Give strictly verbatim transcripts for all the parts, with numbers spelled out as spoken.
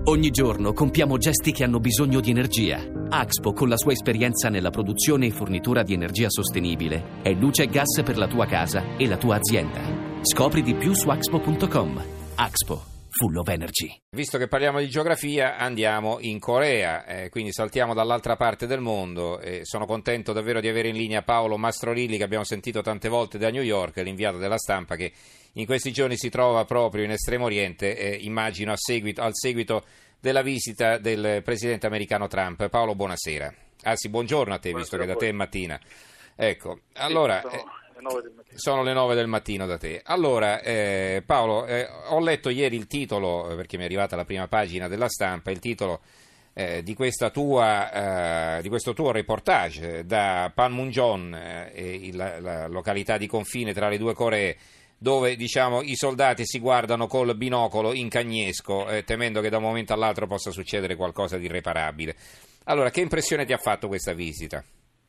Ogni giorno compiamo gesti che hanno bisogno di energia. Axpo, con la sua esperienza nella produzione e fornitura di energia sostenibile, è luce e gas per la tua casa e la tua azienda. Scopri di più su axpo punto com. Axpo, full of energy. Visto che parliamo di geografia, andiamo in Corea, eh, quindi saltiamo dall'altra parte del mondo. Eh, sono contento davvero di avere in linea Paolo Mastrorilli, che abbiamo sentito tante volte da New York, l'inviato della Stampa, che in questi giorni si trova proprio in Estremo Oriente, eh, immagino a seguito, al seguito della visita del presidente americano Trump. Paolo, buonasera. Anzi, buongiorno a te, Buonasera, visto che da te è mattina. Ecco, allora... Sì, sono, le eh, sono le nove del mattino da te. Allora, eh, Paolo, eh, ho letto ieri il titolo, perché mi è arrivata la prima pagina della Stampa, il titolo eh, di, questa tua, eh, di questo tuo reportage da Panmunjom, eh, la, la località di confine tra le due Coree, dove diciamo i soldati si guardano col binocolo in cagnesco, eh, temendo che da un momento all'altro possa succedere qualcosa di irreparabile. Allora, che impressione ti ha fatto questa visita?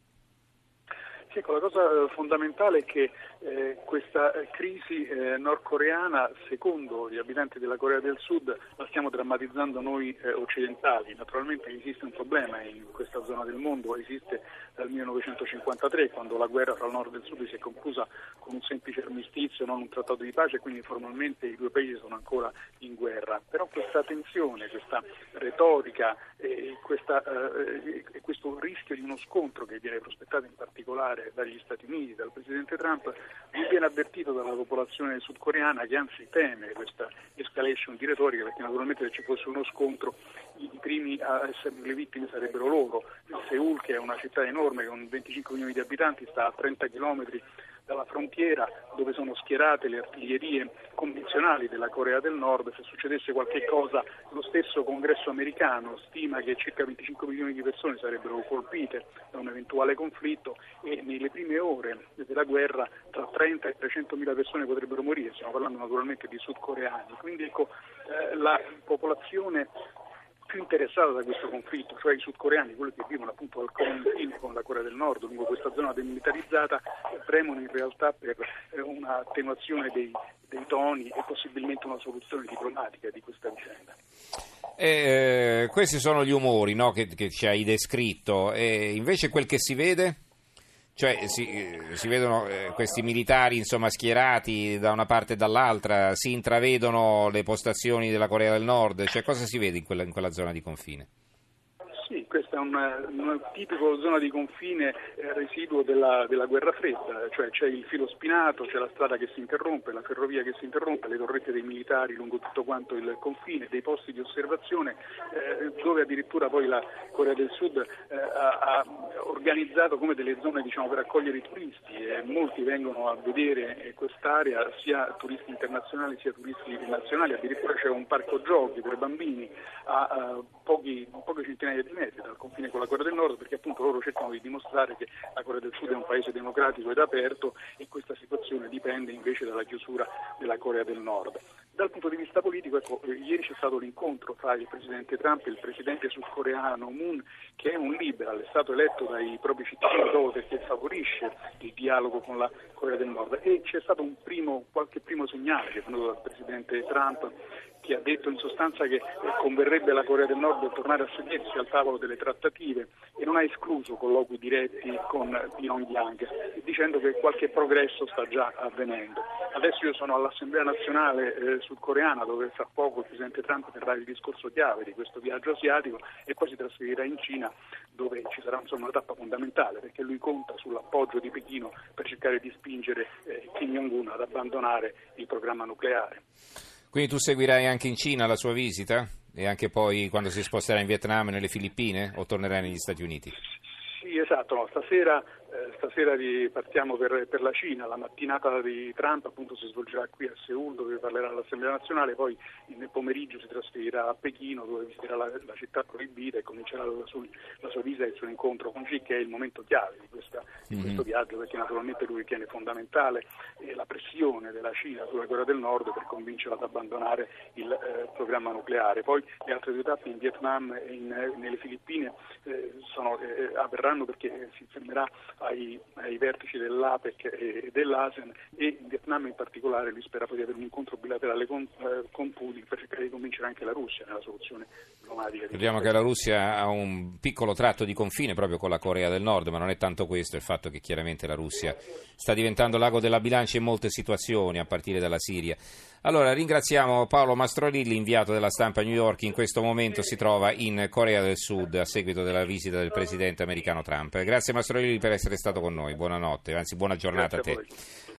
Sì, ecco, la cosa fondamentale è che eh, questa crisi eh, nordcoreana, secondo gli abitanti della Corea del Sud, la stiamo drammatizzando noi eh, occidentali. Naturalmente esiste un problema in questa zona del mondo, esiste dal millenovecentocinquantatré, quando la guerra tra il nord e il sud si è conclusa con un semplice armistizio, non un trattato di pace, quindi formalmente i due paesi sono ancora in guerra. Però questa tensione, questa retorica e questa, eh, questo rischio di uno scontro che viene prospettato in particolare dagli Stati Uniti, dal presidente Trump, non viene avvertito dalla popolazione sudcoreana, che anzi teme questa escalation di retorica, perché naturalmente se ci fosse uno scontro i primi a essere le vittime sarebbero loro. Seul, che è una città enorme con venticinque milioni di abitanti, sta a trenta chilometri dalla frontiera, dove sono schierate le artiglierie convenzionali della Corea del Nord. Se succedesse qualche cosa, lo stesso Congresso americano stima che circa venticinque milioni di persone sarebbero colpite da un eventuale conflitto, e nelle prime ore della guerra tra trenta e trecentomila persone potrebbero morire. Stiamo parlando naturalmente di sudcoreani. Quindi ecco, eh, la popolazione più interessata da questo conflitto, cioè i sudcoreani, quelli che vivono appunto al confine con la Corea del Nord, lungo questa zona demilitarizzata, premono in realtà per un'attenuazione dei, dei toni e possibilmente una soluzione diplomatica di questa vicenda. Eh, questi sono gli umori, no, che, che ci hai descritto, e invece quel che si vede? Cioè si, si vedono eh, questi militari insomma schierati da una parte e dall'altra, si intravedono le postazioni della Corea del Nord, cioè cosa si vede in quella, in quella zona di confine? Sì, questa è una, una tipica zona di confine eh, residuo della, della guerra fredda, cioè c'è il filo spinato, c'è la strada che si interrompe, la ferrovia che si interrompe, le torrette dei militari lungo tutto quanto il confine, dei posti di osservazione eh, dove addirittura poi la Corea del Sud eh, ha, ha organizzato come delle zone, diciamo, per accogliere i turisti, e molti vengono a vedere quest'area, sia turisti internazionali sia turisti nazionali. Addirittura c'è un parco giochi per bambini a, a pochi, poche centinaia di metri dal confine con la Corea del Nord, perché appunto loro cercano di dimostrare che la Corea del Sud è un paese democratico ed aperto, e questa situazione dipende invece dalla chiusura della Corea del Nord. Dal punto di vista politico, ecco, ieri c'è stato l'incontro tra il presidente Trump e il presidente sudcoreano Moon, che è un liberal, è stato eletto dai propri cittadini proprio perché favorisce il dialogo con la Corea del Nord, e c'è stato un primo, qualche primo segnale che è venuto dal presidente Trump, che ha detto in sostanza che converrebbe alla Corea del Nord tornare a sedersi al tavolo delle trattative, e non ha escluso colloqui diretti con Pyongyang, dicendo che qualche progresso sta già avvenendo. Adesso io sono all'Assemblea nazionale eh, sudcoreana, dove fra poco il presidente Trump terrà il discorso chiave di questo viaggio asiatico, e poi si trasferirà in Cina, dove ci sarà insomma una tappa fondamentale, perché lui conta sull'appoggio di Pechino per cercare di spingere eh, Kim Jong-un ad abbandonare il programma nucleare. Quindi tu seguirai anche in Cina la sua visita? E anche poi quando si sposterà in Vietnam e nelle Filippine? O tornerai negli Stati Uniti? Sì, esatto, no, stasera, eh, stasera partiamo per, per la Cina. La mattinata di Trump appunto si svolgerà qui a Seul, dove parlerà all'Assemblea nazionale, poi nel pomeriggio si trasferirà a Pechino, dove visiterà la, la città proibita, e comincerà la sua, la sua visita e il suo incontro con Xi, che è il momento chiave di, questa, di mm-hmm. questo viaggio, perché naturalmente lui ritiene fondamentale eh, la pressione della Cina sulla Corea del Nord per convincerla ad abbandonare il eh, programma nucleare. Poi le altre due tappe in Vietnam e in, nelle Filippine eh, sono, eh, avverranno perché si fermerà ai, ai vertici dell'APEC e dell'ASEAN, e in Vietnam in particolare lui spera poi di avere un incontro bilaterale con, eh, con Putin per cercare di convincere anche la Russia nella soluzione diplomatica. Vediamo che la Russia ha un piccolo tratto di confine proprio con la Corea del Nord, ma non è tanto questo, è il fatto che chiaramente la Russia sta diventando l'ago della bilancia in molte situazioni, a partire dalla Siria. Allora, ringraziamo Paolo Mastrorilli, inviato della Stampa a New York. In questo momento si trova in Corea del Sud a seguito della visita del presidente americano Trump. Grazie Mastrorilli per essere stato con noi, buonanotte, anzi buona giornata a te.